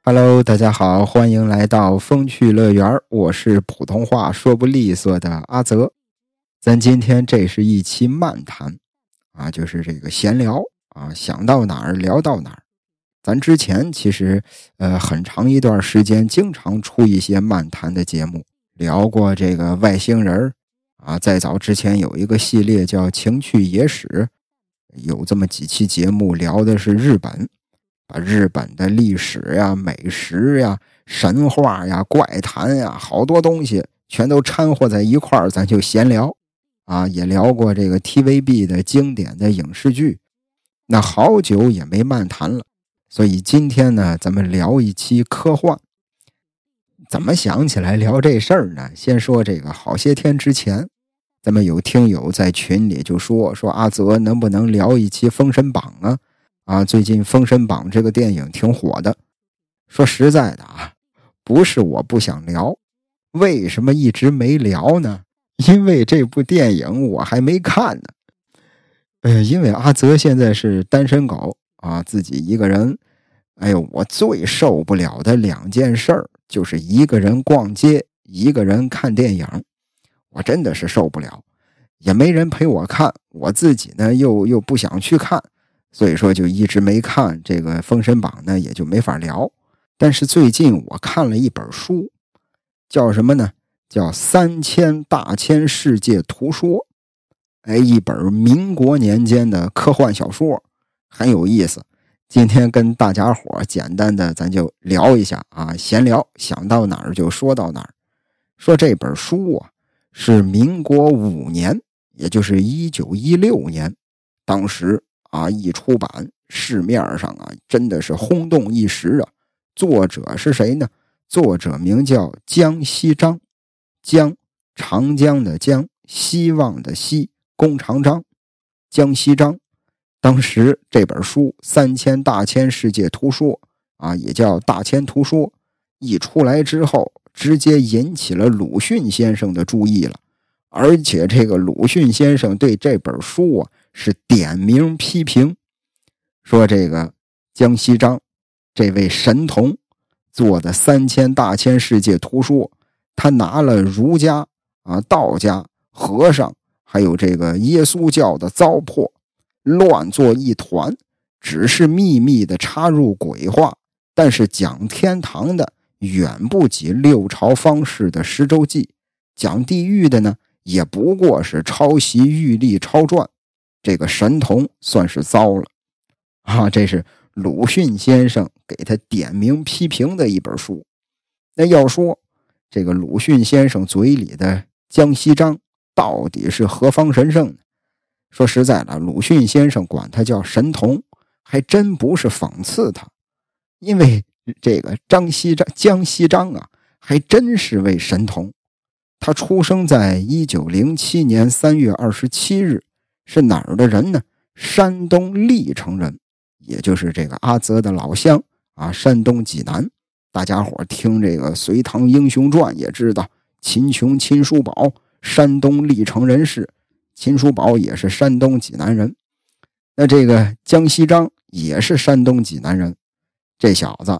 Hello， 大家好，欢迎来到风趣乐园，我是普通话说不利索的阿泽。咱今天这是一期漫谈啊，就是这个闲聊啊，想到哪儿聊到哪儿。咱之前其实很长一段时间经常出一些漫谈的节目，聊过这个外星人啊，再早之前有一个系列叫情趣野史，有这么几期节目聊的是日本，把日本的历史呀、美食呀、神话呀、怪谈呀，好多东西全都掺和在一块儿，咱就闲聊啊。也聊过这个 TVB 的经典的影视剧，那好久也没漫谈了，所以今天呢，咱们聊一期科幻。怎么想起来聊这事儿呢？先说这个，好些天之前，咱们有听友在群里就说阿泽能不能聊一期《封神榜》啊？最近《封神榜》这个电影挺火的。说实在的啊，不是我不想聊，为什么一直没聊呢？因为这部电影我还没看呢。因为阿泽现在是单身狗啊，自己一个人。哎呦，我最受不了的两件事儿，就是一个人逛街，一个人看电影。我真的是受不了，也没人陪我看，我自己呢又不想去看。所以说就一直没看这个《封神榜》呢，也就没法聊。但是最近我看了一本书，叫什么呢？叫《3000大千世界图说》。一本民国年间的科幻小说，很有意思。今天跟大家伙简单的咱就聊一下啊，闲聊，想到哪儿就说到哪儿。说这本书啊，是民国5年，也就是1916年，当时啊一出版，市面上啊真的是轰动一时啊。作者是谁呢？作者名叫江西章，江，长江的江，希望的希，弓长张，江西章。当时这本书3000大千世界图说啊，也叫大千图说，一出来之后，直接引起了鲁迅先生的注意了。而且这个鲁迅先生对这本书啊是点名批评，说这个江西章这位神童做的3000大千世界图说，他拿了儒家啊、道家、和尚还有这个耶稣教的糟粕乱作一团，只是秘密的插入鬼话，但是讲天堂的远不及六朝方士的十洲记，讲地狱的呢也不过是抄袭玉历抄传。这个神童算是糟了啊！这是鲁迅先生给他点名批评的一本书。那要说这个鲁迅先生嘴里的江西章到底是何方神圣呢？说实在的，鲁迅先生管他叫神童，还真不是讽刺他，因为这个江西章啊，还真是位神童。他出生在1907年3月27日，是哪儿的人呢？山东历城人，也就是这个阿泽的老乡啊，山东济南。大家伙听这个《隋唐英雄传》也知道，秦琼、秦叔宝，山东历城人士。秦叔宝也是山东济南人，那这个江西章也是山东济南人。这小子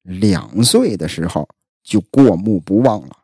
2岁的时候就过目不忘了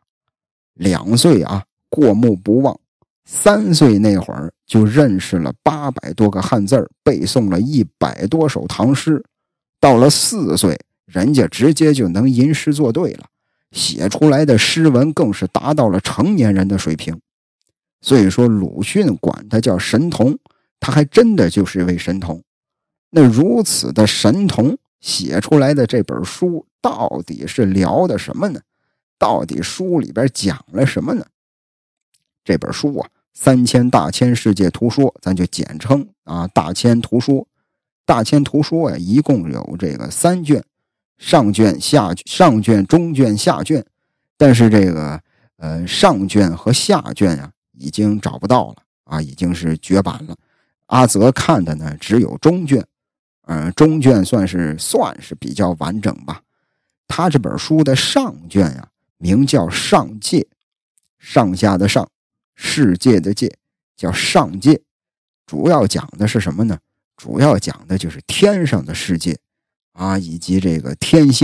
，2岁啊过目不忘，3岁那会儿就认识了800多个汉字，背诵了100多首唐诗。到了4岁，人家直接就能吟诗作对了，写出来的诗文更是达到了成年人的水平。所以说鲁迅管他叫神童，他还真的就是一位神童。那如此的神童写出来的这本书到底是聊的什么呢？到底书里边讲了什么呢？这本书啊，3000大千世界图说，咱就简称啊大千图说。大千图说呀，一共有这个3卷，上卷、中卷、下卷。但是这个上卷和下卷啊已经找不到了啊，已经是绝版了。阿泽看的呢只有中卷，中卷算是比较完整吧。他这本书的上卷啊，名叫上界，上下的上，世界的界，叫上界。主要讲的是什么呢？主要讲的就是天上的世界啊，以及这个天仙、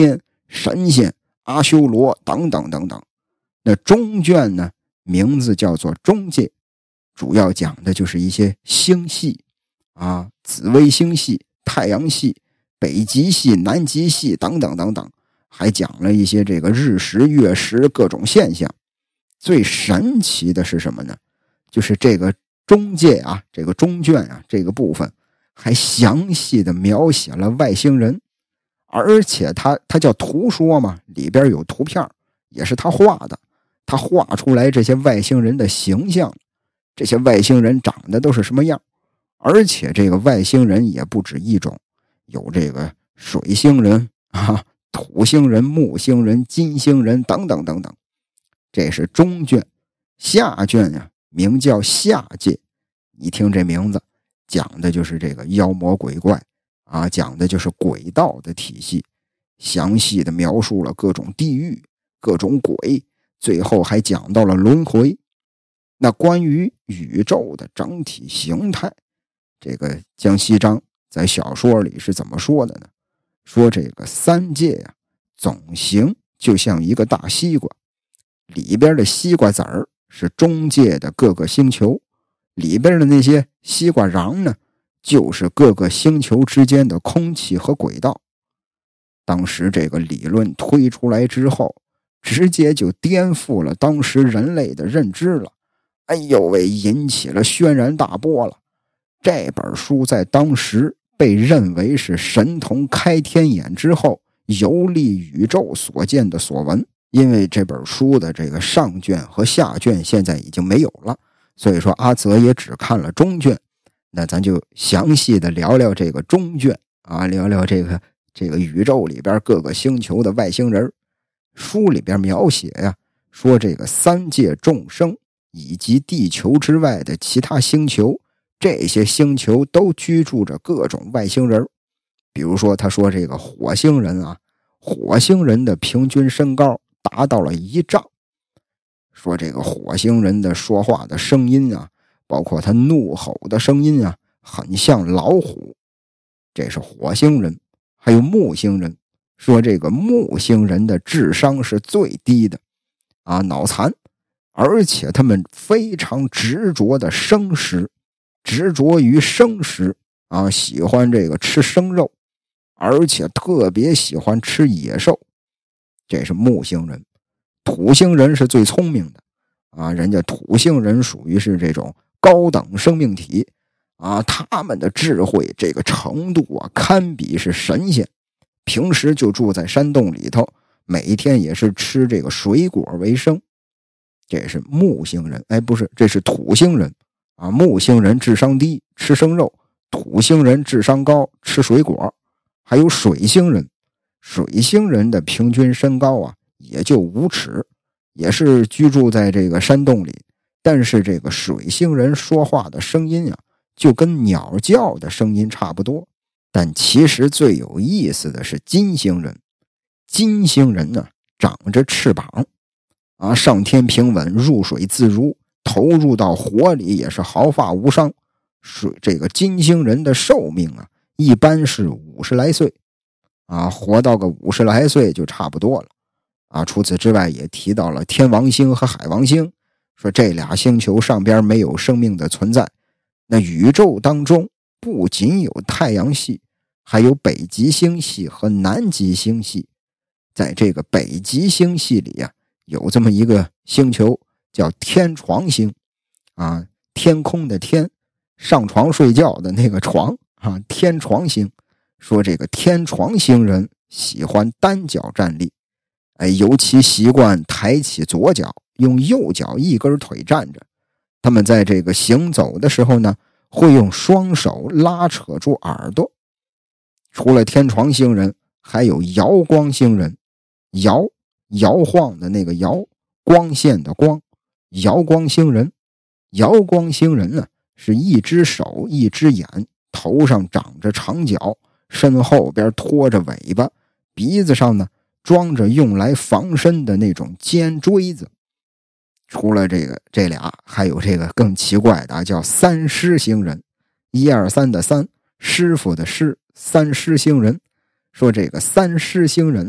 神仙、阿修罗等等等等。那中卷呢，名字叫做中界，主要讲的就是一些星系啊，紫微星系、太阳系、北极系、南极系等等等等，还讲了一些这个日食、月食各种现象。最神奇的是什么呢？就是这个中界啊，这个中卷啊，这个部分还详细的描写了外星人，而且他叫图说嘛，里边有图片，也是他画的，他画出来这些外星人的形象，这些外星人长得都是什么样，而且这个外星人也不止一种，有这个水星人啊、土星人、木星人、金星人等等等等。这是中卷。下卷呀，名叫下界，你听这名字，讲的就是这个妖魔鬼怪啊，讲的就是鬼道的体系，详细的描述了各种地狱、各种鬼，最后还讲到了轮回。那关于宇宙的整体形态，这个江西章在小说里是怎么说的呢？说这个三界呀，总形就像一个大西瓜，里边的西瓜籽儿是中界的各个星球，里边的那些西瓜瓤呢，就是各个星球之间的空气和轨道。当时这个理论推出来之后，直接就颠覆了当时人类的认知了。哎呦喂，引起了轩然大波了。这本书在当时被认为是神童开天眼之后游历宇宙所见的所闻。因为这本书的这个上卷和下卷现在已经没有了，所以说阿泽也只看了中卷。那咱就详细的聊聊这个中卷啊，聊聊这个宇宙里边各个星球的外星人。书里边描写呀，说这个三界众生以及地球之外的其他星球，这些星球都居住着各种外星人。比如说他说这个火星人啊，火星人的平均身高达到了1丈。说这个火星人的说话的声音啊，包括他怒吼的声音啊，很像老虎。这是火星人。还有木星人，说这个木星人的智商是最低的啊，脑残，而且他们非常执着的生食，执着于生食啊，喜欢这个吃生肉，而且特别喜欢吃野兽。这是木星人。土星人是最聪明的啊，人家土星人属于是这种高等生命体啊，他们的智慧这个程度啊，堪比是神仙。平时就住在山洞里头，每天也是吃这个水果为生。这是木星人，哎，不是，这是土星人啊。木星人智商低，吃生肉；土星人智商高，吃水果。还有水星人，水星人的平均身高啊，也就5尺，也是居住在这个山洞里。但是这个水星人说话的声音啊，就跟鸟叫的声音差不多。但其实最有意思的是金星人。金星人呢，长着翅膀啊，上天平稳，入水自如，投入到火里也是毫发无伤。这个金星人的寿命啊，一般是50来岁啊，活到个50来岁就差不多了啊。除此之外，也提到了天王星和海王星，说这俩星球上边没有生命的存在。那宇宙当中不仅有太阳系，还有北极星系和南极星系。在这个北极星系里啊，有这么一个星球叫天床星啊，天空的天，上床睡觉的那个床啊，天床星。说这个天床星人喜欢单脚站立，尤其习惯抬起左脚，用右脚一根腿站着。他们在这个行走的时候呢，会用双手拉扯住耳朵。除了天床星人，还有摇光星人。摇晃的那个摇，光线的光，摇光星人。摇光星人呢，是一只手一只眼，头上长着长角，身后边拖着尾巴，鼻子上呢装着用来防身的那种尖锥子。除了这俩，还有这个更奇怪的叫三师星人。1、2、3的3，师傅的师，三师星人。说这个三师星人呢，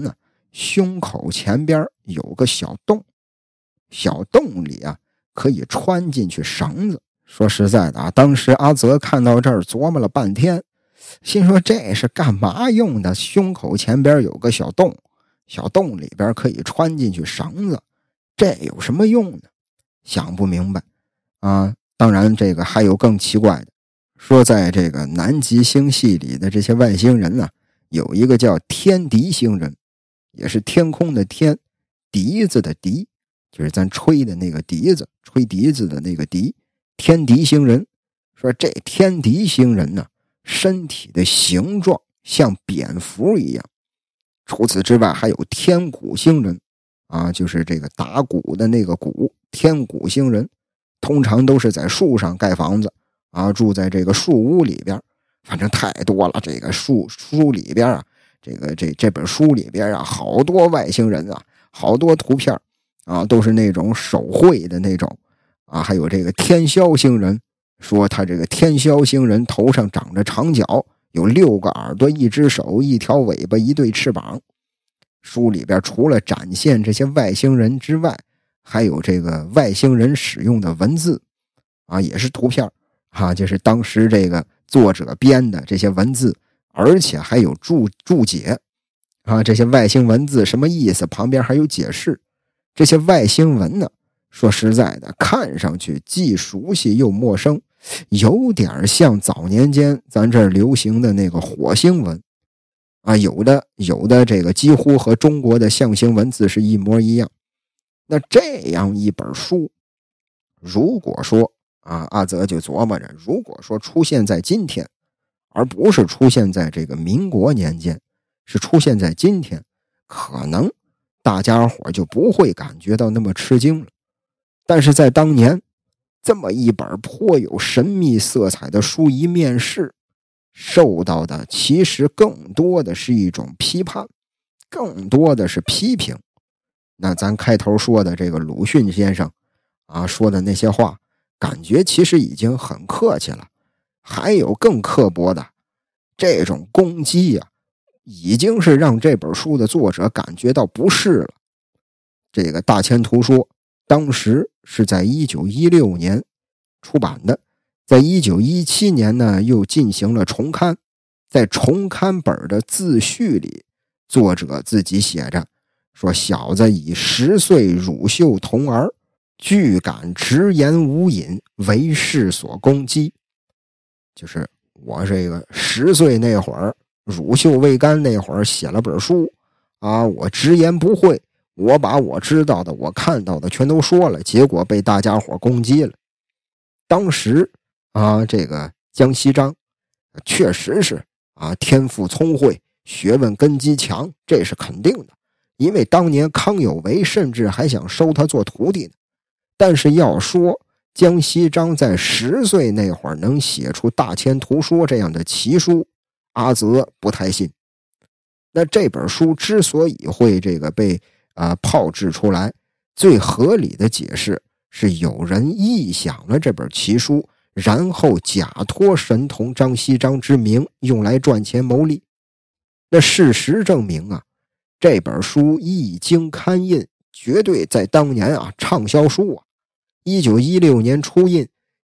胸口前边有个小洞，小洞里啊可以穿进去绳子。说实在的啊，当时阿泽看到这儿琢磨了半天，心说这是干嘛用的？胸口前边有个小洞，小洞里边可以穿进去绳子，这有什么用呢？想不明白啊。当然这个还有更奇怪的，说在这个南极星系里的这些外星人啊，有一个叫天笛星人，也是天空的天，笛子的笛，就是咱吹的那个笛子，吹笛子的那个笛，天笛星人。说这天笛星人呢，身体的形状像蝙蝠一样。除此之外还有天鼓星人啊，就是这个打鼓的那个鼓，天鼓星人通常都是在树上盖房子啊，住在这个树屋里边。反正太多了，这个书里边啊，这本书里边啊，好多外星人啊，好多图片啊，都是那种手绘的那种啊。还有这个天枭星人，说他这个天枭星人头上长着长角，有6个耳朵，1只手，1条尾巴，1对翅膀。书里边除了展现这些外星人之外，还有这个外星人使用的文字啊，也是图片啊，就是当时这个作者编的这些文字，而且还有注解啊，这些外星文字什么意思，旁边还有解释。这些外星文呢，说实在的，看上去既熟悉又陌生，有点像早年间咱这儿流行的那个火星文啊，有的这个几乎和中国的象形文字是一模一样。那这样一本书，如果说啊，阿泽就琢磨着，如果说出现在今天，而不是出现在这个民国年间，是出现在今天，可能大家伙就不会感觉到那么吃惊了。但是在当年，这么一本颇有神秘色彩的书一面世，受到的其实更多的是一种批判，更多的是批评。那咱开头说的这个鲁迅先生啊说的那些话，感觉其实已经很客气了。还有更刻薄的，这种攻击啊，已经是让这本书的作者感觉到不适了。这个大千图说当时是在1916年出版的，在1917年呢又进行了重刊。在重刊本的自序里，作者自己写着说，小子以10岁乳臭童儿，俱敢直言无隐，为世所攻击。就是我这个10岁那会儿，乳臭未干那会儿写了本书啊，我直言不讳，我把我知道的我看到的全都说了，结果被大家伙攻击了。当时啊，这个江西章确实是啊，天赋聪慧，学问根基强，这是肯定的，因为当年康有为甚至还想收他做徒弟呢。但是要说江西章在10岁那会儿能写出《大千图说》这样的奇书，阿泽不太信。那这本书之所以会这个被炮制出来，最合理的解释是有人臆想了这本奇书，然后假托神童张锡章之名用来赚钱牟利。那事实证明啊，这本书一经刊印，绝对在当年啊畅销书啊。1916年初印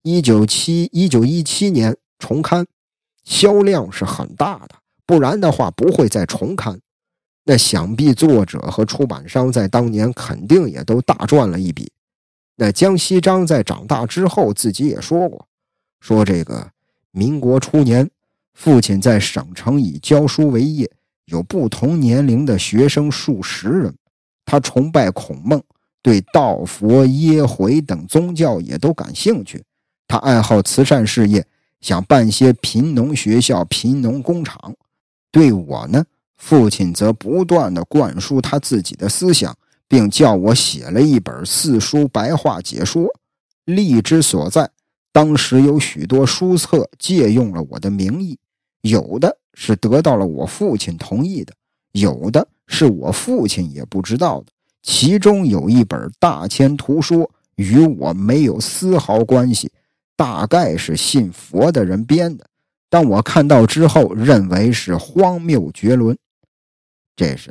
，1917年重刊，销量是很大的，不然的话不会再重刊。那想必作者和出版商在当年肯定也都大赚了一笔。那江锡章在长大之后自己也说过，说这个民国初年，父亲在省城以教书为业，有不同年龄的学生数十人。他崇拜孔孟，对道佛耶回等宗教也都感兴趣。他爱好慈善事业，想办些贫农学校、贫农工厂。对我呢，父亲则不断地灌输他自己的思想，并叫我写了一本4书白话解说。利之所在，当时有许多书册借用了我的名义，有的是得到了我父亲同意的，有的是我父亲也不知道的。其中有一本《大千图说》与我没有丝毫关系，大概是信佛的人编的，但我看到之后认为是荒谬绝伦。这是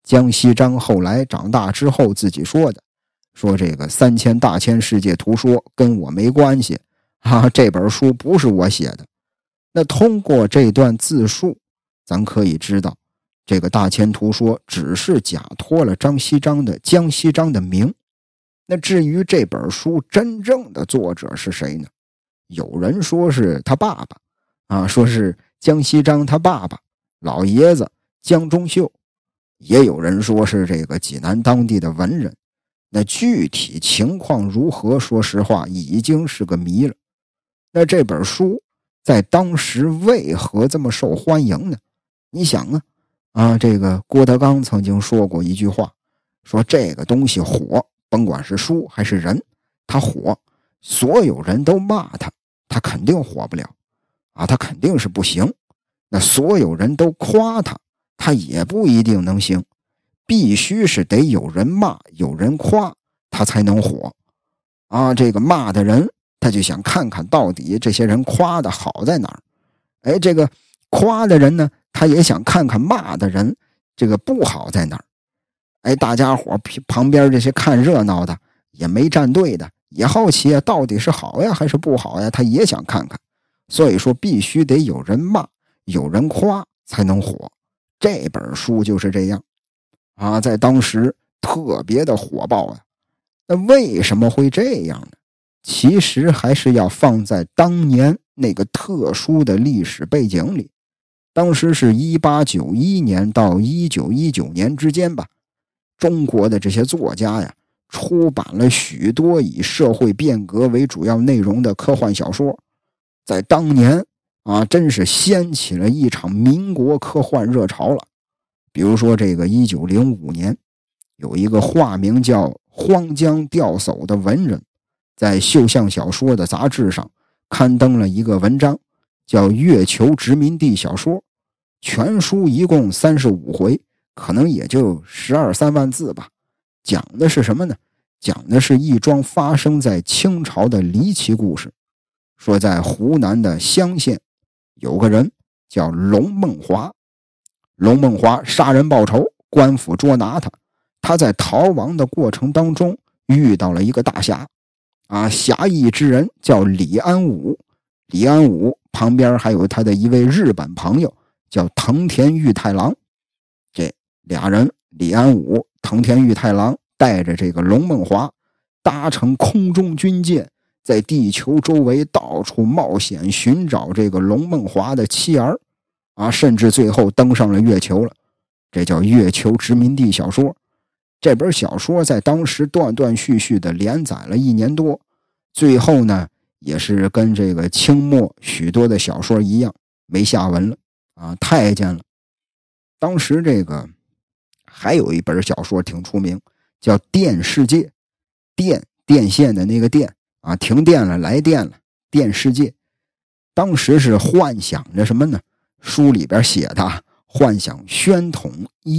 江西章后来长大之后自己说的，说这个3000大千世界图说跟我没关系这本书不是我写的。那通过这段自述，咱可以知道这个大千图说只是假托了江西章的名。那至于这本书真正的作者是谁呢？有人说是他爸爸说是江西章他爸爸老爷子江中秀，也有人说是这个济南当地的文人。那具体情况如何，说实话已经是个谜了。那这本书在当时为何这么受欢迎呢？你想这个郭德纲曾经说过一句话，说这个东西火，甭管是书还是人，他火，所有人都骂他，他肯定火不了他肯定是不行。那所有人都夸他，他也不一定能行，必须是得有人骂有人夸他才能火这个骂的人他就想看看到底这些人夸的好在哪儿，这个夸的人呢，他也想看看骂的人这个不好在哪儿。大家伙旁边这些看热闹的也没站队的也好奇到底是好呀还是不好呀，他也想看看。所以说必须得有人骂有人夸才能火。这本书就是这样在当时特别的火爆呀。那为什么会这样呢？其实还是要放在当年那个特殊的历史背景里。当时是1891年到1919年之间吧，中国的这些作家呀，出版了许多以社会变革为主要内容的科幻小说，在当年真是掀起了一场民国科幻热潮了。比如说这个1905年，有一个化名叫荒江钓叟的文人，在绣像小说的杂志上刊登了一个文章，叫《月球殖民地小说》，全书一共35回，可能也就12、13万字吧。讲的是什么呢？讲的是一桩发生在清朝的离奇故事。说在湖南的襄县有个人叫龙梦华，龙梦华杀人报仇，官府捉拿他。他在逃亡的过程当中遇到了一个大侠侠义之人叫李安武。李安武旁边还有他的一位日本朋友叫藤田玉太郎。这俩人李安武藤田玉太郎带着这个龙梦华搭乘空中军舰，在地球周围到处冒险寻找这个龙梦华的妻儿甚至最后登上了月球了。这叫月球殖民地小说。这本小说在当时断断续续的连载了1年多，最后呢也是跟这个清末许多的小说一样没下文了太监了。当时这个还有一本小说挺出名，叫《电世界》。电线的那个电停电了来电了，电世界。当时是幻想着什么呢？书里边写的幻想宣统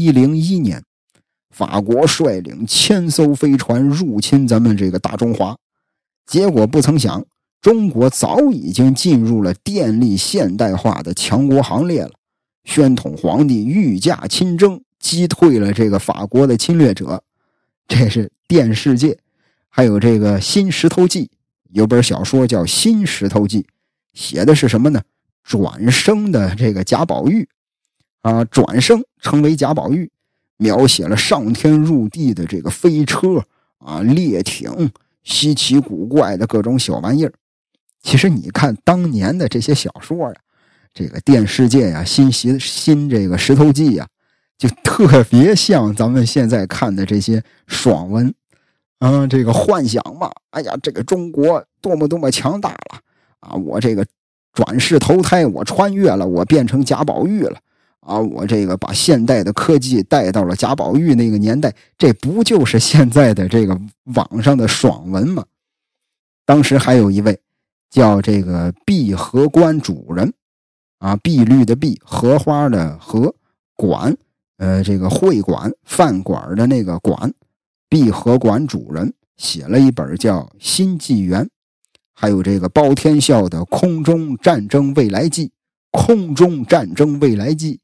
101年法国率领1000艘飞船入侵咱们这个大中华，结果不曾想中国早已经进入了电力现代化的强国行列了。宣统皇帝御驾亲征，击退了这个法国的侵略者。这是电世界。还有这个新石头记，有本小说叫《新石头记》，写的是什么呢？转生的这个贾宝玉转生成为贾宝玉，描写了上天入地的这个飞车列艇，稀奇古怪的各种小玩意儿。其实你看当年的这些小说这个电世界新这个石头记就特别像咱们现在看的这些爽文这个幻想嘛，哎呀，这个中国多么强大了我这个转世投胎，我穿越了，我变成贾宝玉了我这个把现代的科技带到了贾宝玉那个年代，这不就是现在的这个网上的爽文吗？当时还有一位叫这个碧荷观主人碧绿的碧，荷花的荷，馆这个会馆饭馆的那个馆，碧荷馆主人写了一本叫《新纪元》。还有这个包天笑的《空中战争未来记》，空中战争未来记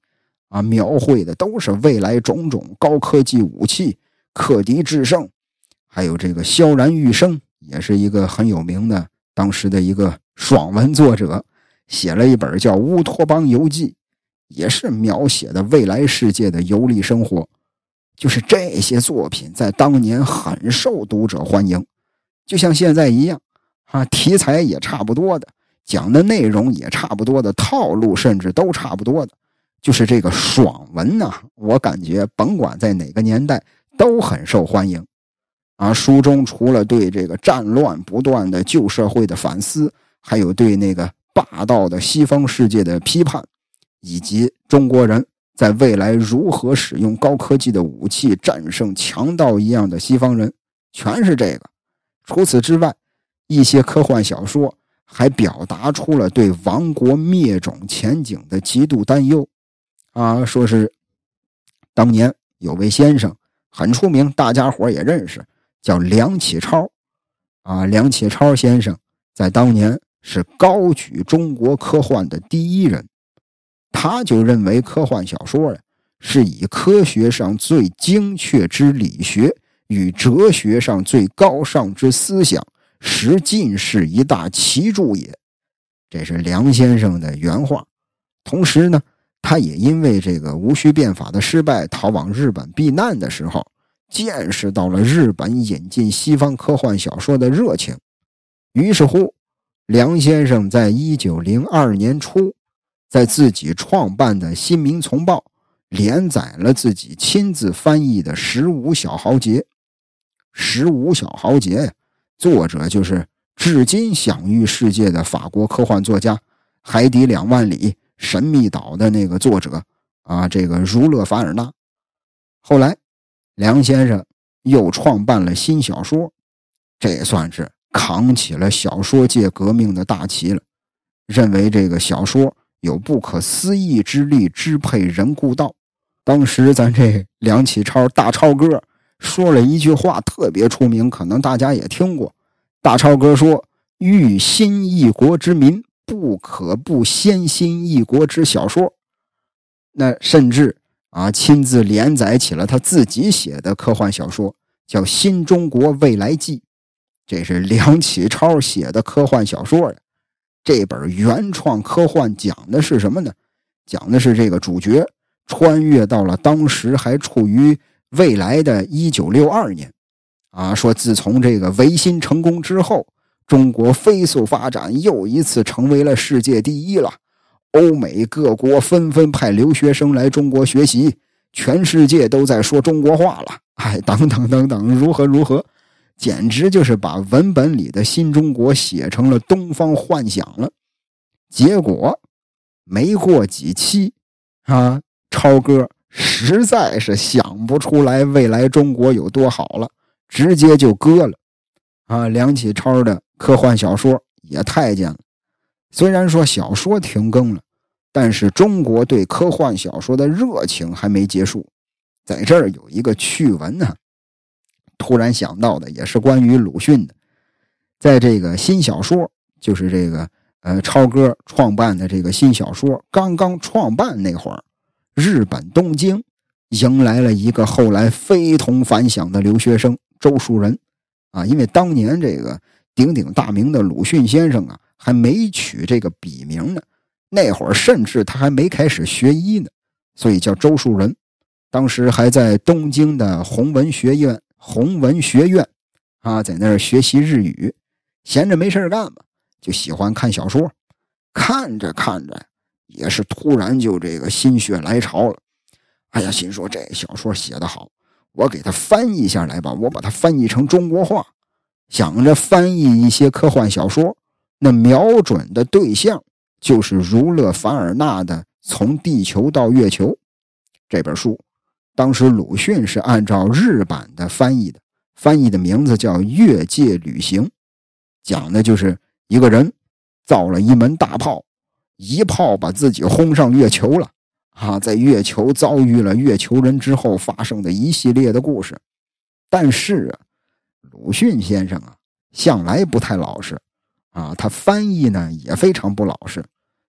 描绘的都是未来种种高科技武器，克敌制胜。还有这个萧然玉生，也是一个很有名的当时的一个爽文作者，写了一本叫《乌托邦游记》，也是描写的未来世界的游历生活。就是这些作品在当年很受读者欢迎，就像现在一样题材也差不多的，讲的内容也差不多的，套路甚至都差不多的。就是这个爽文我感觉甭管在哪个年代都很受欢迎书中除了对这个战乱不断的旧社会的反思，还有对那个霸道的西方世界的批判，以及中国人在未来如何使用高科技的武器战胜强盗一样的西方人，全是这个。除此之外，一些科幻小说还表达出了对亡国灭种前景的极度担忧说是当年有位先生很出名，大家伙也认识，叫梁启超梁启超先生在当年是高举中国科幻的第一人。他就认为科幻小说是以科学上最精确之理学与哲学上最高尚之思想，实尽是一大奇著也。这是梁先生的原话。同时呢，他也因为这个戊戌变法的失败，逃往日本避难的时候，见识到了日本引进西方科幻小说的热情。于是乎，梁先生在1902年初，在自己创办的《新民丛报》连载了自己亲自翻译的《15小豪杰》。15小豪杰作者就是至今享誉世界的法国科幻作家《海底2万里》神秘岛的那个作者这个儒勒·凡尔纳。后来梁先生又创办了新小说，这也算是扛起了小说界革命的大旗了，认为这个小说有不可思议之力支配人故道。当时咱这梁启超大超哥说了一句话特别出名，可能大家也听过。大超哥说，欲兴一国之民，不可不先兴一国之小说。那甚至亲自连载起了他自己写的科幻小说，叫《新中国未来记》。这是梁启超写的科幻小说呀。这本原创科幻讲的是什么呢？讲的是这个主角穿越到了当时还处于未来的1962年说自从这个维新成功之后，中国飞速发展，又一次成为了世界第一了。欧美各国纷纷派留学生来中国学习，全世界都在说中国话了，等等等等，如何如何，简直就是把文本里的新中国写成了东方幻想了。结果没过几期超哥实在是想不出来未来中国有多好了，直接就割了梁启超的科幻小说也太监了。虽然说小说停更了，但是中国对科幻小说的热情还没结束。在这儿有一个趣闻突然想到的，也是关于鲁迅的。在这个新小说，就是这个超哥创办的这个新小说刚刚创办那会儿，日本东京迎来了一个后来非同凡响的留学生周树人因为当年这个鼎鼎大名的鲁迅先生还没取这个笔名呢，那会儿甚至他还没开始学医呢，所以叫周树人。当时还在东京的弘文学院在那儿学习日语，闲着没事干吧，就喜欢看小说。看着看着也是突然就这个心血来潮了，心说这小说写得好，我给它翻译下来吧，我把它翻译成中国话。想着翻译一些科幻小说，那瞄准的对象就是儒勒·凡尔纳的《从地球到月球》这本书。当时鲁迅是按照日版的翻译的名字叫《越界旅行》，讲的就是一个人造了一门大炮，一炮把自己轰上月球了在月球遭遇了月球人之后发生的一系列的故事。但是鲁迅先生向来不太老实他翻译呢也非常不老实，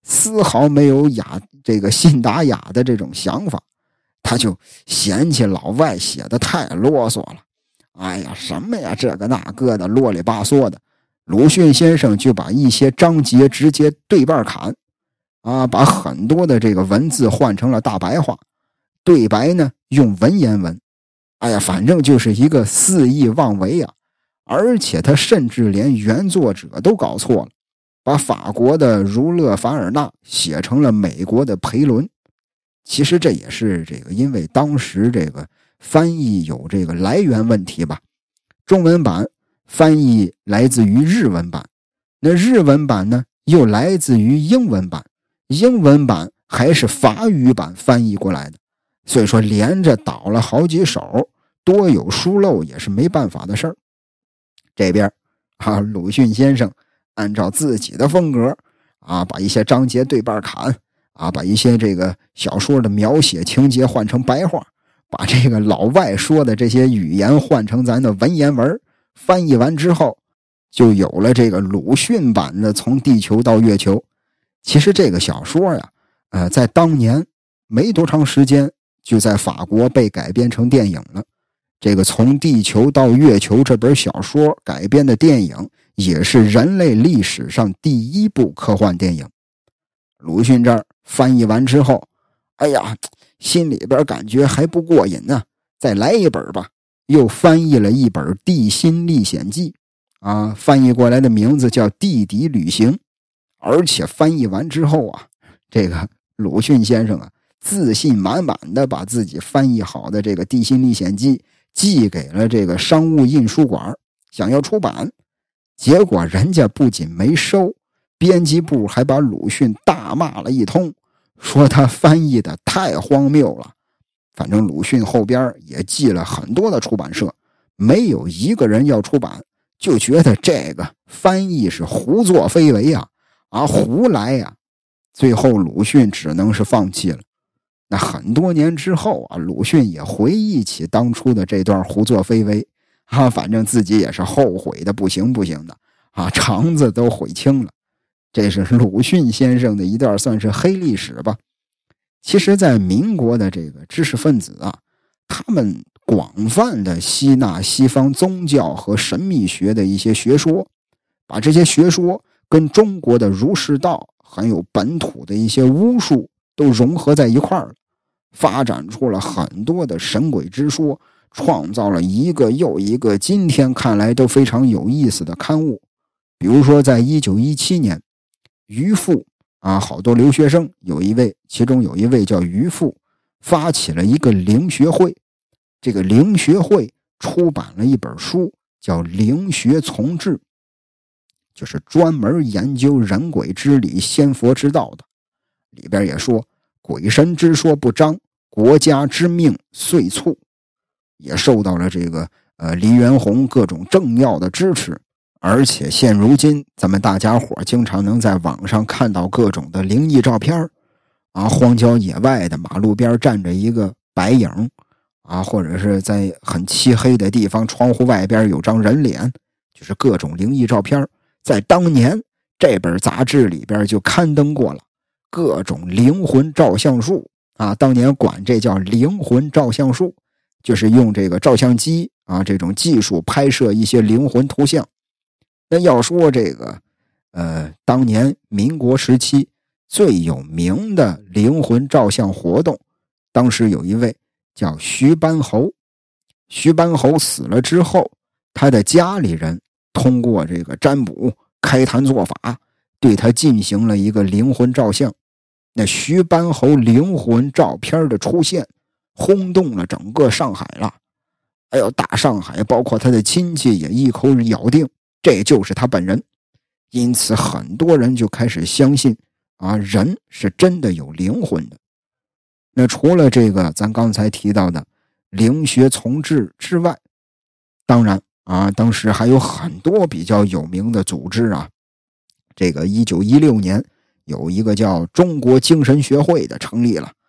丝毫没有这个信达雅的这种想法，他就嫌弃老外写的太啰嗦了。哎呀，什么呀，这个那个的啰里吧嗦的。鲁迅先生就把一些章节直接对半砍啊，把很多的这个文字换成了大白话，对白呢用文言文。哎呀，反正就是一个肆意妄为啊！而且他甚至连原作者都搞错了，把法国的儒勒·凡尔纳写成了美国的培伦。其实这也是这个因为当时这个翻译有这个来源问题吧。中文版翻译来自于日文版，那日文版呢又来自于英文版，英文版还是法语版翻译过来的。所以说连着倒了好几手，多有疏漏也是没办法的事儿。这边鲁迅先生按照自己的风格把一些章节对半砍把一些这个小说的描写情节换成白话，把这个老外说的这些语言换成咱的文言文，翻译完之后就有了这个鲁迅版的《从地球到月球》。其实这个小说呀在当年没多长时间就在法国被改编成电影了。这个《从地球到月球》这本小说改编的电影也是人类历史上第一部科幻电影。鲁迅这儿翻译完之后，哎呀，心里边感觉还不过瘾呢，再来一本吧。又翻译了一本《地心历险记》翻译过来的名字叫《地底旅行》。而且翻译完之后这个鲁迅先生自信满满的把自己翻译好的这个《地心历险记》寄给了这个商务印书馆，想要出版。结果人家不仅没收，编辑部还把鲁迅大骂了一通，说他翻译的太荒谬了。反正鲁迅后边也寄了很多的出版社，没有一个人要出版，就觉得这个翻译是胡作非为胡来呀。最后鲁迅只能是放弃了。那很多年之后鲁迅也回忆起当初的这段胡作非为反正自己也是后悔的不行的肠子都悔青了。这是鲁迅先生的一段算是黑历史吧。其实在民国的这个知识分子他们广泛的吸纳西方宗教和神秘学的一些学说，把这些学说跟中国的儒释道还有本土的一些巫术都融合在一块儿了，发展出了很多的神鬼之说，创造了一个又一个今天看来都非常有意思的刊物。比如说在1917年，于复好多留学生其中有一位叫于复，发起了一个灵学会。这个灵学会出版了一本书叫《灵学从志》，就是专门研究人鬼之理仙佛之道的。里边也说鬼神之说不彰，国家之命遂促，也受到了这个黎元洪各种政要的支持。而且现如今咱们大家伙经常能在网上看到各种的灵异照片荒郊野外的马路边站着一个白影或者是在很漆黑的地方窗户外边有张人脸，就是各种灵异照片。在当年这本杂志里边就刊登过了各种灵魂照相术当年管这叫灵魂照相术，就是用这个照相机这种技术拍摄一些灵魂图像。那要说这个当年民国时期最有名的灵魂照相活动，当时有一位叫徐班侯。徐班侯死了之后，他的家里人通过这个占卜开坛做法，对他进行了一个灵魂照相。那徐班侯灵魂照片的出现轰动了整个上海了。大上海包括他的亲戚也一口咬定这就是他本人。因此很多人就开始相信人是真的有灵魂的。那除了这个咱刚才提到的灵学从志之外，当然当时还有很多比较有名的组织这个1916年有一个叫中国精神学会的成立了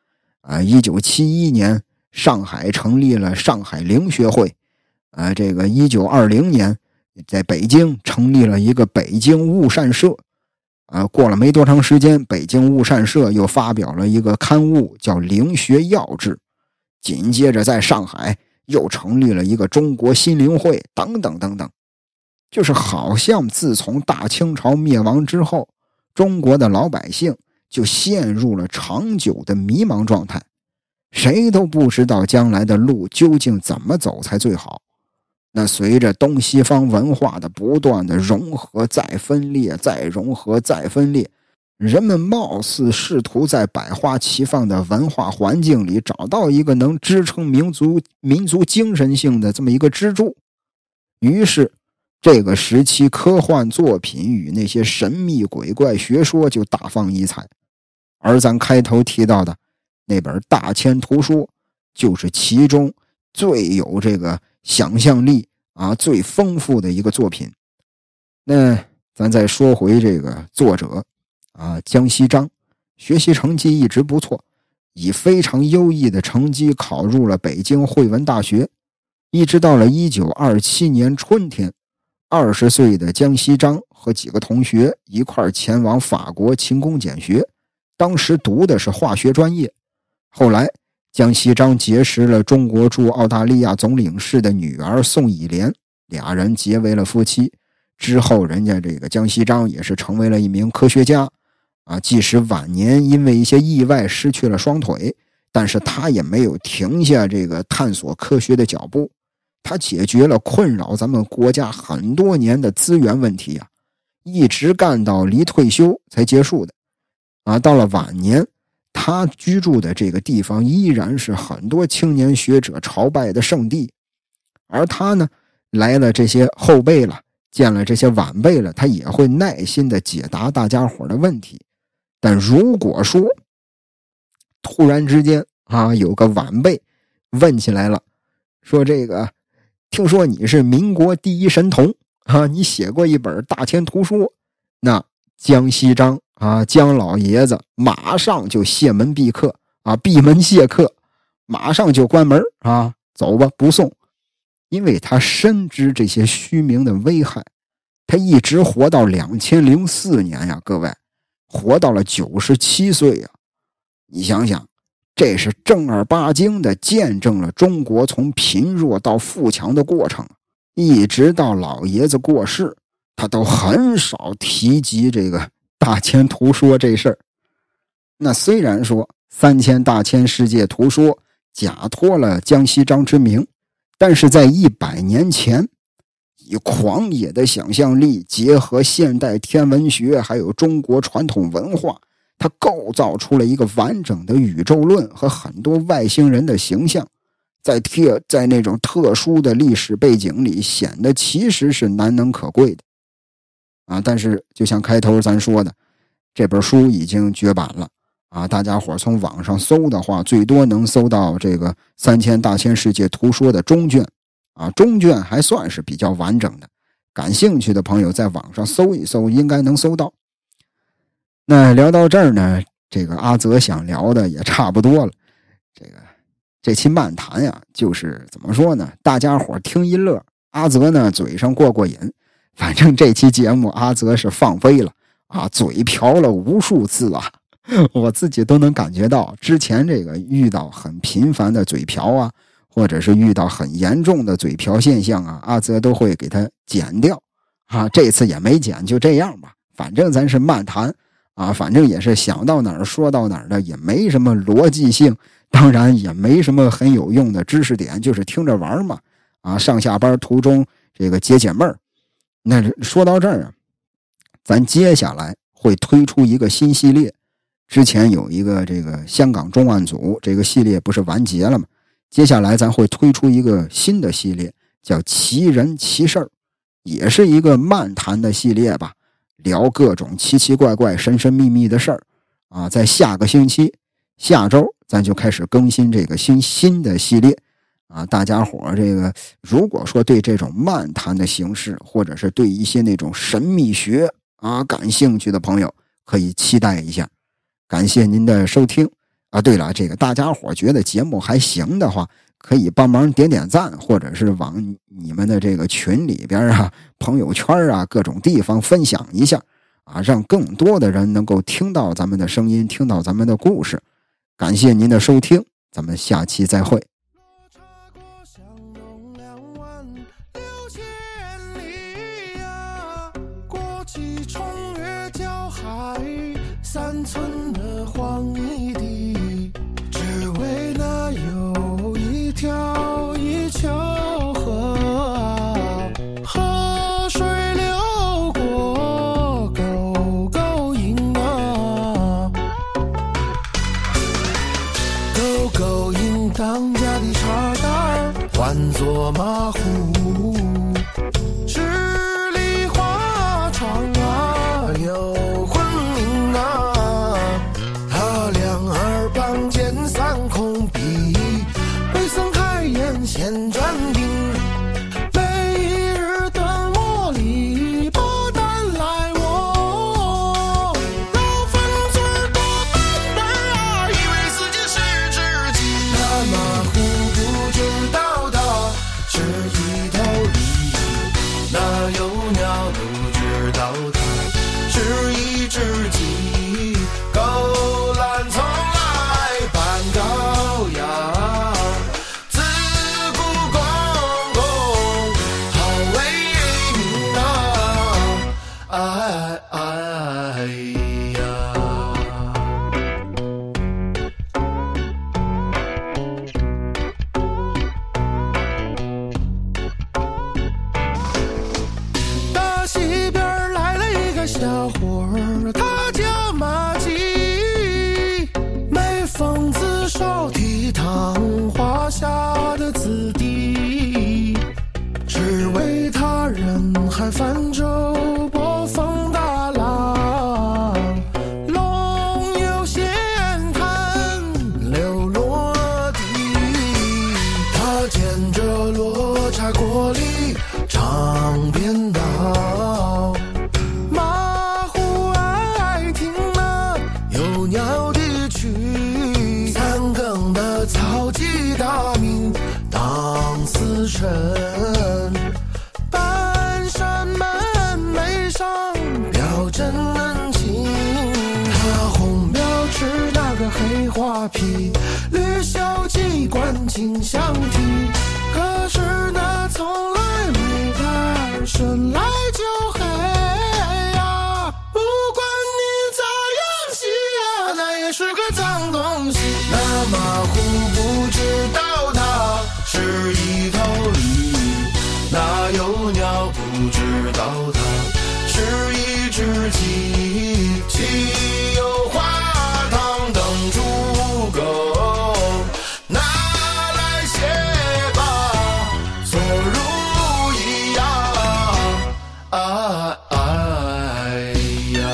1971年上海成立了上海灵学会这个1920年在北京成立了一个北京悟善社过了没多长时间，北京物善社又发表了一个刊物叫《灵学要志》，紧接着在上海又成立了一个中国心灵会，等等等等。就是好像自从大清朝灭亡之后，中国的老百姓就陷入了长久的迷茫状态，谁都不知道将来的路究竟怎么走才最好。那随着东西方文化的不断的融合再分裂，再融合再分裂，人们貌似试图在百花齐放的文化环境里找到一个能支撑民族精神性的这么一个支柱。于是这个时期科幻作品与那些神秘鬼怪学说就大放异彩，而咱开头提到的那本《大千图说》就是其中最有这个想象力最丰富的一个作品。那咱再说回这个作者江西章，学习成绩一直不错，以非常优异的成绩考入了北京汇文大学，一直到了1927年春天，20岁的江西章和几个同学一块前往法国勤工俭学，当时读的是化学专业。后来江西章结识了中国驻澳大利亚总领事的女儿宋以莲，俩人结为了夫妻。之后人家这个江西章也是成为了一名科学家即使晚年因为一些意外失去了双腿，但是他也没有停下这个探索科学的脚步。他解决了困扰咱们国家很多年的资源问题一直干到离退休才结束的到了晚年，他居住的这个地方依然是很多青年学者朝拜的圣地。而他呢，来了这些后辈了，见了这些晚辈了，他也会耐心的解答大家伙的问题。但如果说突然之间有个晚辈问起来了，说这个听说你是民国第一神童你写过一本《大千图说》，那江西章江老爷子马上就谢门闭客闭门谢客，马上就关门走吧，不送。因为他深知这些虚名的危害，他一直活到2004年呀，各位，活到了97岁你想想，这是正儿八经的见证了中国从贫弱到富强的过程，一直到老爷子过世，他都很少提及这个大千图说这事儿。那虽然说3000大千世界图说假托了江西章之名，但是在100年前，以狂野的想象力结合现代天文学还有中国传统文化，它构造出了一个完整的宇宙论和很多外星人的形象，在那种特殊的历史背景里显得其实是难能可贵的但是就像开头咱说的，这本书已经绝版了大家伙从网上搜的话，最多能搜到这个3000大千世界图说的中卷中卷还算是比较完整的，感兴趣的朋友在网上搜一搜应该能搜到。那聊到这儿呢，这个阿泽想聊的也差不多了。这期漫谈就是怎么说呢，大家伙听一乐，阿泽呢嘴上过瘾。反正这期节目阿泽是放飞了嘴瓢了无数次我自己都能感觉到，之前这个遇到很频繁的嘴瓢或者是遇到很严重的嘴瓢现象阿泽都会给它剪掉这次也没剪，就这样吧，反正咱是漫谈反正也是想到哪儿说到哪儿的，也没什么逻辑性，当然也没什么很有用的知识点，就是听着玩嘛上下班途中这个解闷儿。那说到这儿咱接下来会推出一个新系列。之前有一个这个香港重案组这个系列不是完结了吗？接下来咱会推出一个新的系列，叫奇人奇事儿，也是一个漫谈的系列吧，聊各种奇奇怪怪神神秘秘的事儿在下个星期下周咱就开始更新这个新的系列大家伙这个如果说对这种漫谈的形式，或者是对一些那种神秘学感兴趣的朋友，可以期待一下。感谢您的收听对了，这个大家伙觉得节目还行的话，可以帮忙点点赞，或者是往你们的这个群里边朋友圈各种地方分享一下啊，让更多的人能够听到咱们的声音，听到咱们的故事。感谢您的收听，咱们下期再会。 三寸的黄泥地，只为那有一条一条河啊，河水流过沟沟营啊，沟沟营当家的茶单换作马虎，十里花窗啊有先转定，每一日端我里把蛋来我，老粉嘴多笨笨啊，以为自己是知己，那马虎不知道它是一头驴，那有鸟不知道它是一只鸡，狗懒从来扮羔羊。大西边来了一个小伙儿，他叫马季，没疯子手提糖画下的字迹，只为他人海泛舟波峰大浪，龙游闲谈流落地，他捡着落茶锅里唱编导，马虎爱听那有鸟的曲，三更的草鸡大鸣当死神，半山门楣上标真情，他红标吃那个黑花皮，绿袖鸡冠金香蹄，可是那从来没带神来就黑呀，不管你咋样洗呀，那也是个脏东西，那马虎不知道它是一头驴，那有鸟不知道它是一只鸡，鸡有花糖等猪狗，拿来写吧做如意呀，哎呀。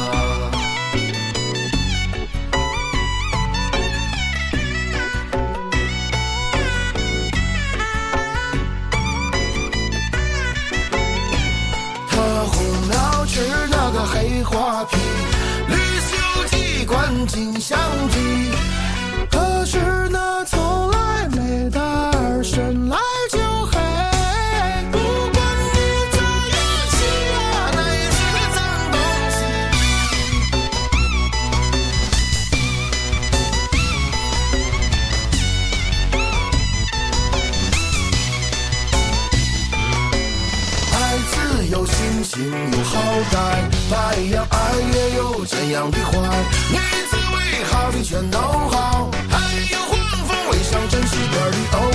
黑花皮，绿袖鸡冠金香蹄，可是那从来没带神来就黑，不管你咋样洗呀，那也是个脏东西。爱自由心性有好歹，白羊爱也有这样的坏，女子为好的全都好，还有黄蜂为上真是边的